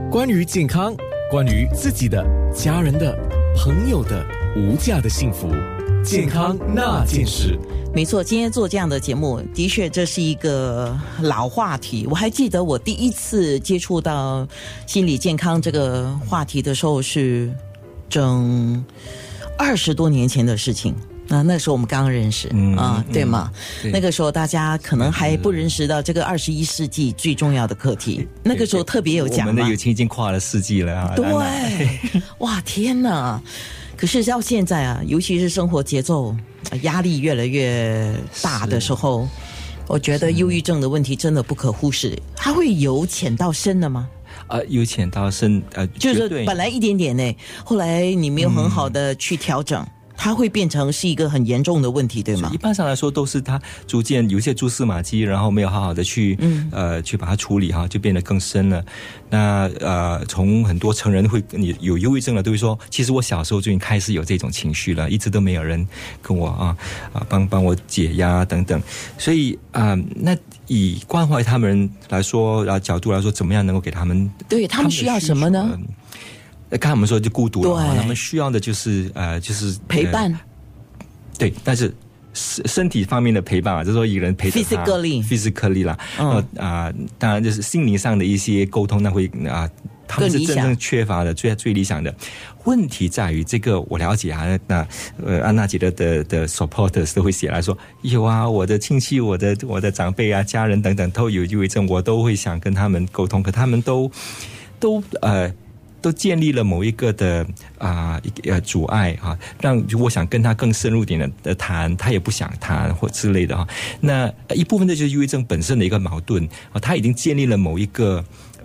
关于健康，关于自己的、家人的、朋友的无价的幸福，健康那件事。 没错，今天做这样的节目，的确这是一个老话题。我还记得我第一次接触到心理健康这个话题的时候，是整20多年前的事情。那时候我们刚刚认识对吗？那个时候大家可能还不认识到这个21世纪最重要的课题。那个时候特别有讲嘛， 我们的友情已经跨了世纪了啊！ 对，哇，天哪！可是到现在啊，尤其是生活节奏压力越来越大的时候，我觉得忧郁症的问题真的不可忽视。它会由浅到深的吗？ 由浅到深， 就是本来一点点呢，后来你没有很好的去调整。它会变成是一个很严重的问题，对吗？ 一般上来说都是它逐渐有一些蛛丝马迹，然后没有好好的去把它处理哈，就变得更深了。那从很多成人会你有忧郁症了，都会说，其实我小时候就已经开始有这种情绪了，一直都没有人跟我帮我解压等等。所以那以关怀他们来说角度来说，怎么样能够给他们？ 对他们需要什么呢？ 刚才我们说就孤独了，他们需要的就是陪伴， 对，但是身体方面的陪伴就是说一个人陪着他 physically 啦，当然就是心灵上的一些沟通，那会他们是真正缺乏的，最理想的。问题在于这个，我了解那安娜姐的 supporters 都会写来说，有啊，我的亲戚、我的长辈啊、家人等等都有忧郁症，我都会想跟他们沟通，可他们都建立了某一个的阻碍让我想跟他更深入点的谈，他也不想谈或之类的那一部分这就是忧郁症本身的一个矛盾他已经建立了某一个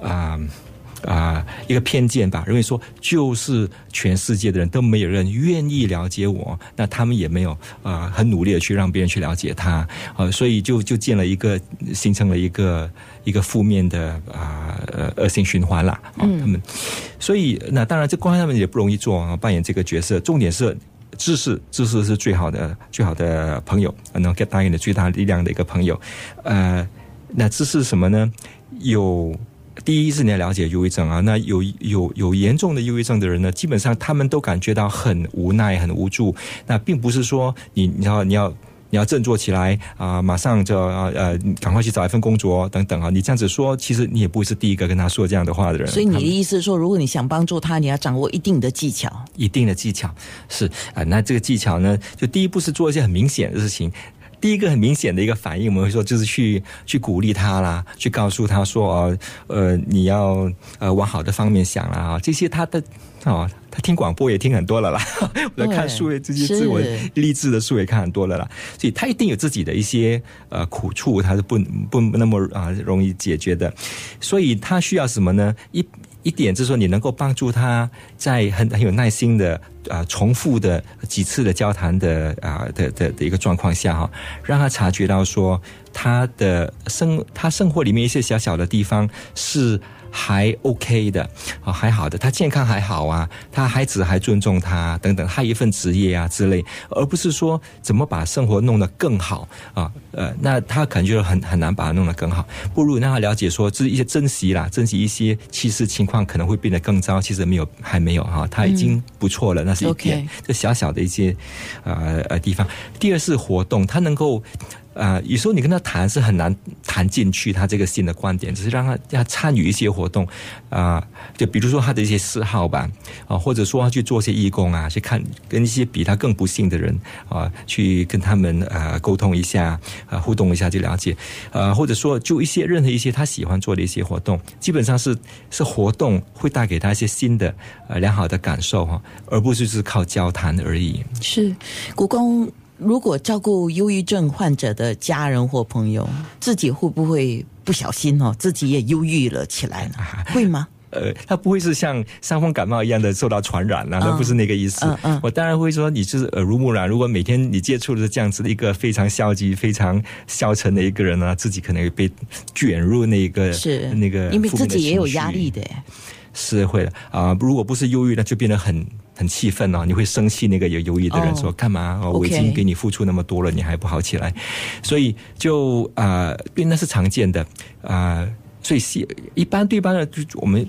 一个偏见吧，认为说就是全世界的人都没有人愿意了解我，那他们也没有很努力的去让别人去了解他所以就形成了一个负面的恶性循环啦他们，所以那当然这关于他们也不容易做扮演这个角色，重点是知识是最好的朋友，能给带给你最大力量的一个朋友那知识是什么呢？第一是你要了解忧郁症那有严重的忧郁症的人呢，基本上他们都感觉到很无奈很无助，那并不是说你要振作起来马上就赶快去找一份工作等等你这样子说，其实你也不会是第一个跟他说这样的话的人。 所以你的意思是说，如果你想帮助他，你要掌握一定的技巧是那这个技巧呢，就第一步是做一些很明显的事情。第一个很明显的一个反应，我们会说就是去鼓励他啦，去告诉他说你要往好的方面想啦这些他听广播也听很多了啦我在看书这些自我励志的书也看很多了啦，所以他一定有自己的一些苦处，他是不那么容易解决的。所以他需要什么呢？一点就是说，你能够帮助他在很有耐心的重复的几次的交谈的一个状况下让他察觉到说他生活里面一些小小的地方是还 OK 的还好的，他健康还好他孩子还尊重他等等，他一份职业之类，而不是说怎么把生活弄得更好那他感觉很难把它弄得更好，不如让他了解说这是一些珍惜一些其实情况可能会变得更糟，其实还没有他已经不错了那是一点这小小的一些地方。第二是活动，他能够有时候你跟他谈是很难谈进去他这个新的观点，只是让他参与一些活动就比如说他的一些嗜好吧或者说他去做一些义工去跟一些比他更不幸的人去跟他们沟通一下互动一下就了解或者说就任何一些他喜欢做的一些活动，基本上是活动会带给他一些新的良好的感受而不是只靠交谈而已。是国公，如果照顾忧郁症患者的家人或朋友，自己会不会不小心自己也忧郁了起来呢？会吗？ 他不会是像伤风感冒一样的受到传染那不是那个意思我当然会说你就是耳濡目染，如果每天你接触的是这样子的一个非常消极非常消沉的一个人自己可能会被卷入那个因为自己也有压力的是会的如果不是忧郁，那就变得很气愤你会生气那个有忧郁的人说干嘛我已经给你付出那么多了你还不好起来，所以就那是常见的所以一般的我们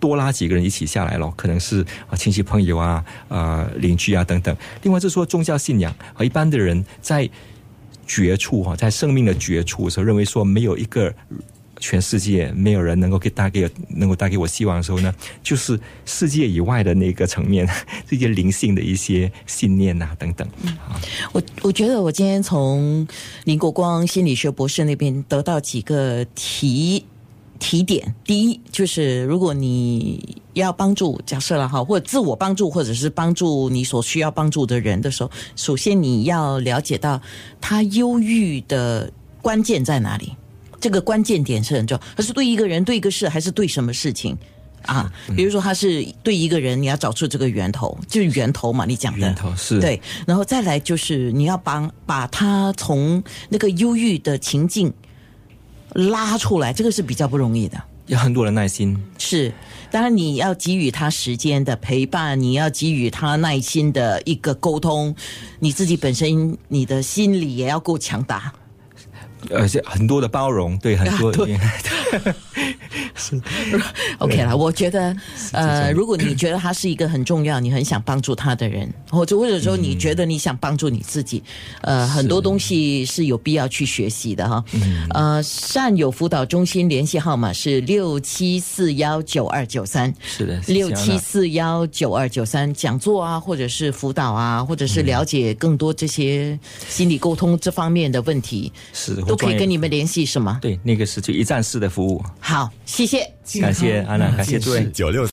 多拉几个人一起下来咯，可能是亲戚朋友啊、邻居啊等等。另外就是说宗教信仰一般的人在绝处在生命的绝处的时候，认为说没有一个全世界没有人能够带给我希望的时候呢，就是世界以外的那个层面，这些灵性的一些信念啊等等。 我觉得我今天从林国光心理学博士那边得到几个提点。第一，就是如果你要帮助，假设了哈，或者自我帮助，或者是帮助你所需要帮助的人的时候，首先你要了解到他忧郁的关键在哪里。这个关键点是很重要，他是对一个人、对一个事，还是对什么事情啊？比如说他是对一个人，你要找出这个源头，就是源头嘛，你讲的源头是对，然后再来就是你要把他从那个忧郁的情境拉出来，这个是比较不容易的， 有很多的耐心。 是，当然你要给予他时间的陪伴，你要给予他耐心的一个沟通，你自己本身你的心理也要够强大。 很多的包容，对很多对是 OK 啦，我觉得如果你觉得他是一个很重要，你很想帮助他的人，或者说你觉得你想帮助你自己，很多东西是有必要去学习的哈。善友辅导中心联系号码是67419293， 是的 ，67419293，讲座啊，或者是辅导啊，或者是了解更多这些心理沟通这方面的问题， 是都可以跟你们联系，是吗？ 对，那个是就一站式的服务。 好，谢谢， 感谢安娜，感谢诸位。